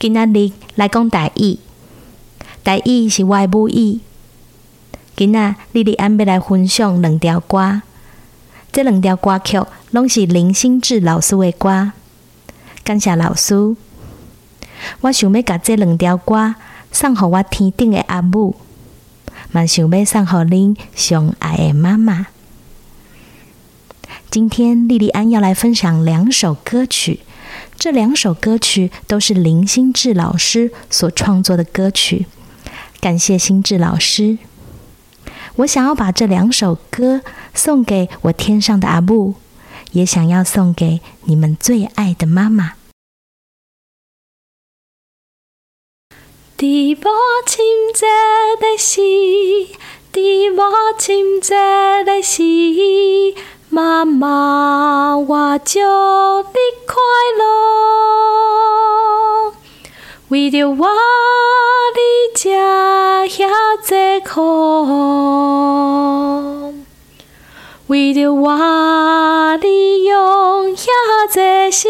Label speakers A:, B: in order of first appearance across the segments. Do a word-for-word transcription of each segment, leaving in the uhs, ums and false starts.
A: 今仔日来讲台语，台语是我的母语。今仔莉莉安要来分享两条歌，这两条歌曲拢是林兴志老师的歌，感谢老师。我想要把这两条歌送给我天顶的阿母，嘛想要送给恁上爱的妈妈。今天莉莉安要来分享两首歌曲，这两首歌曲都是林兴志老师所创作的歌曲，感谢兴志老师。我想要把这两首歌送给我天上的阿母，也想要送给你们最爱的妈妈。
B: 在母亲节的时，在母亲节的时，妈妈我祝你快乐，为着我你吃遐济苦，为着我你用遐济心，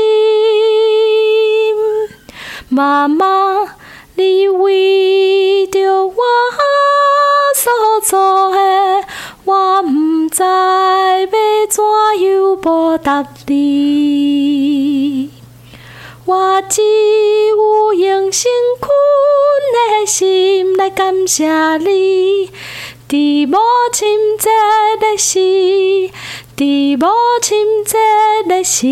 B: 妈妈你为着我所做的，我不知要怎样报答你，我只有用诚恳的心来感谢你。在母亲节的时，在母亲节的时，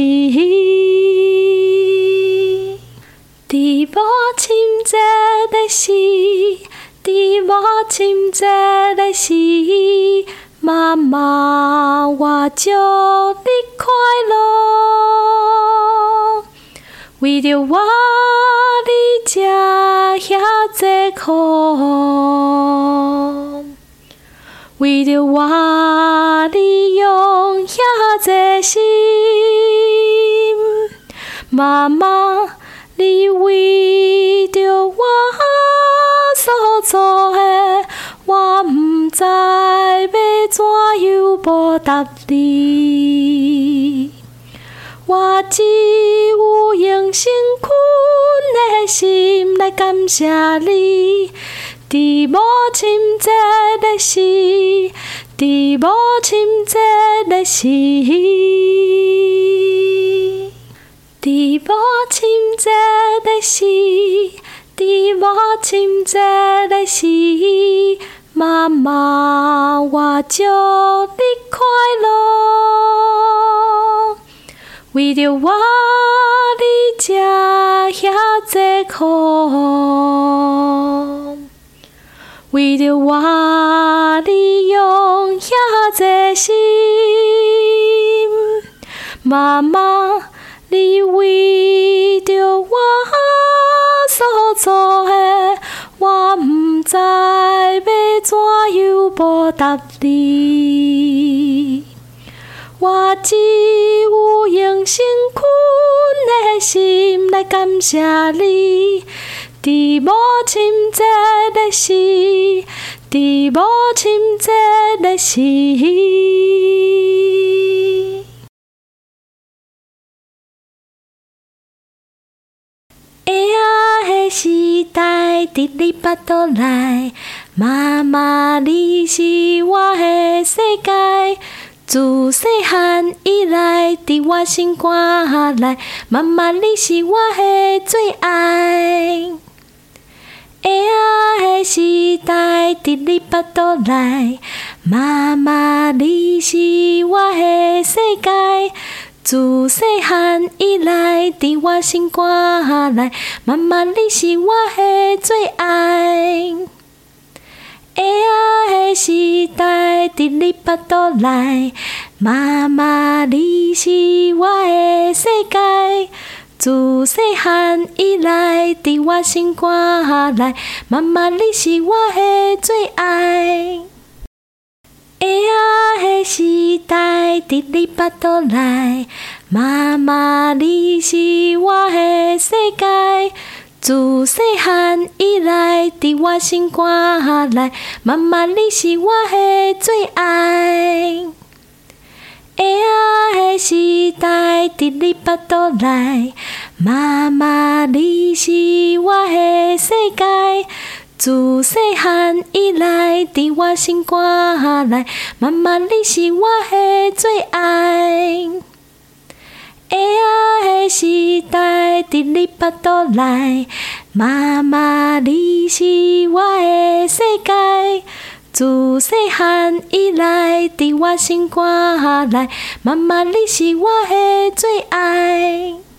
B: 在母亲节的时，在母亲节的时，妈妈我祝你快乐，为着我你吃遐济苦，为着我你用遐济心，妈妈你为着我所做的，我不知要怎样报答你，我只有用诚恳的心来感谢你。在母亲节的时，在母亲节的时，在母亲节的时，在母亲节的时，妈妈我祝你快乐，为着我你吃遐济苦，为着我你用遐济心，妈妈你为着我所做的，我不知要怎样报答你，我只有用诚恳的心来感谢你。在母亲节的时，在母亲节的时。时代伫你巴肚内，妈妈你是我的世界。自细汉以来，伫我心肝内，妈妈你是我的最爱。婴仔的时代伫你巴肚内，妈妈你是我的世界。自细汉以来，伫我心肝内，妈妈你是我的最爱。婴仔的时代伫你巴肚内，妈妈你是我的世界。自细汉以来，伫我心肝内，妈妈你是我的最爱。婴仔的时代伫你巴肚内，妈妈你是我的世界。自细汉以来，伫我心肝内，妈妈你是我的最爱。婴仔的时代伫你巴肚内， 妈妈，你是我的世界。自细汉以来，伫我心肝内，妈妈你是我的最爱。会仔的时代，伫你腹肚内，妈妈你是我的世界。自细汉以来，伫我心肝内，妈妈你是我的最爱。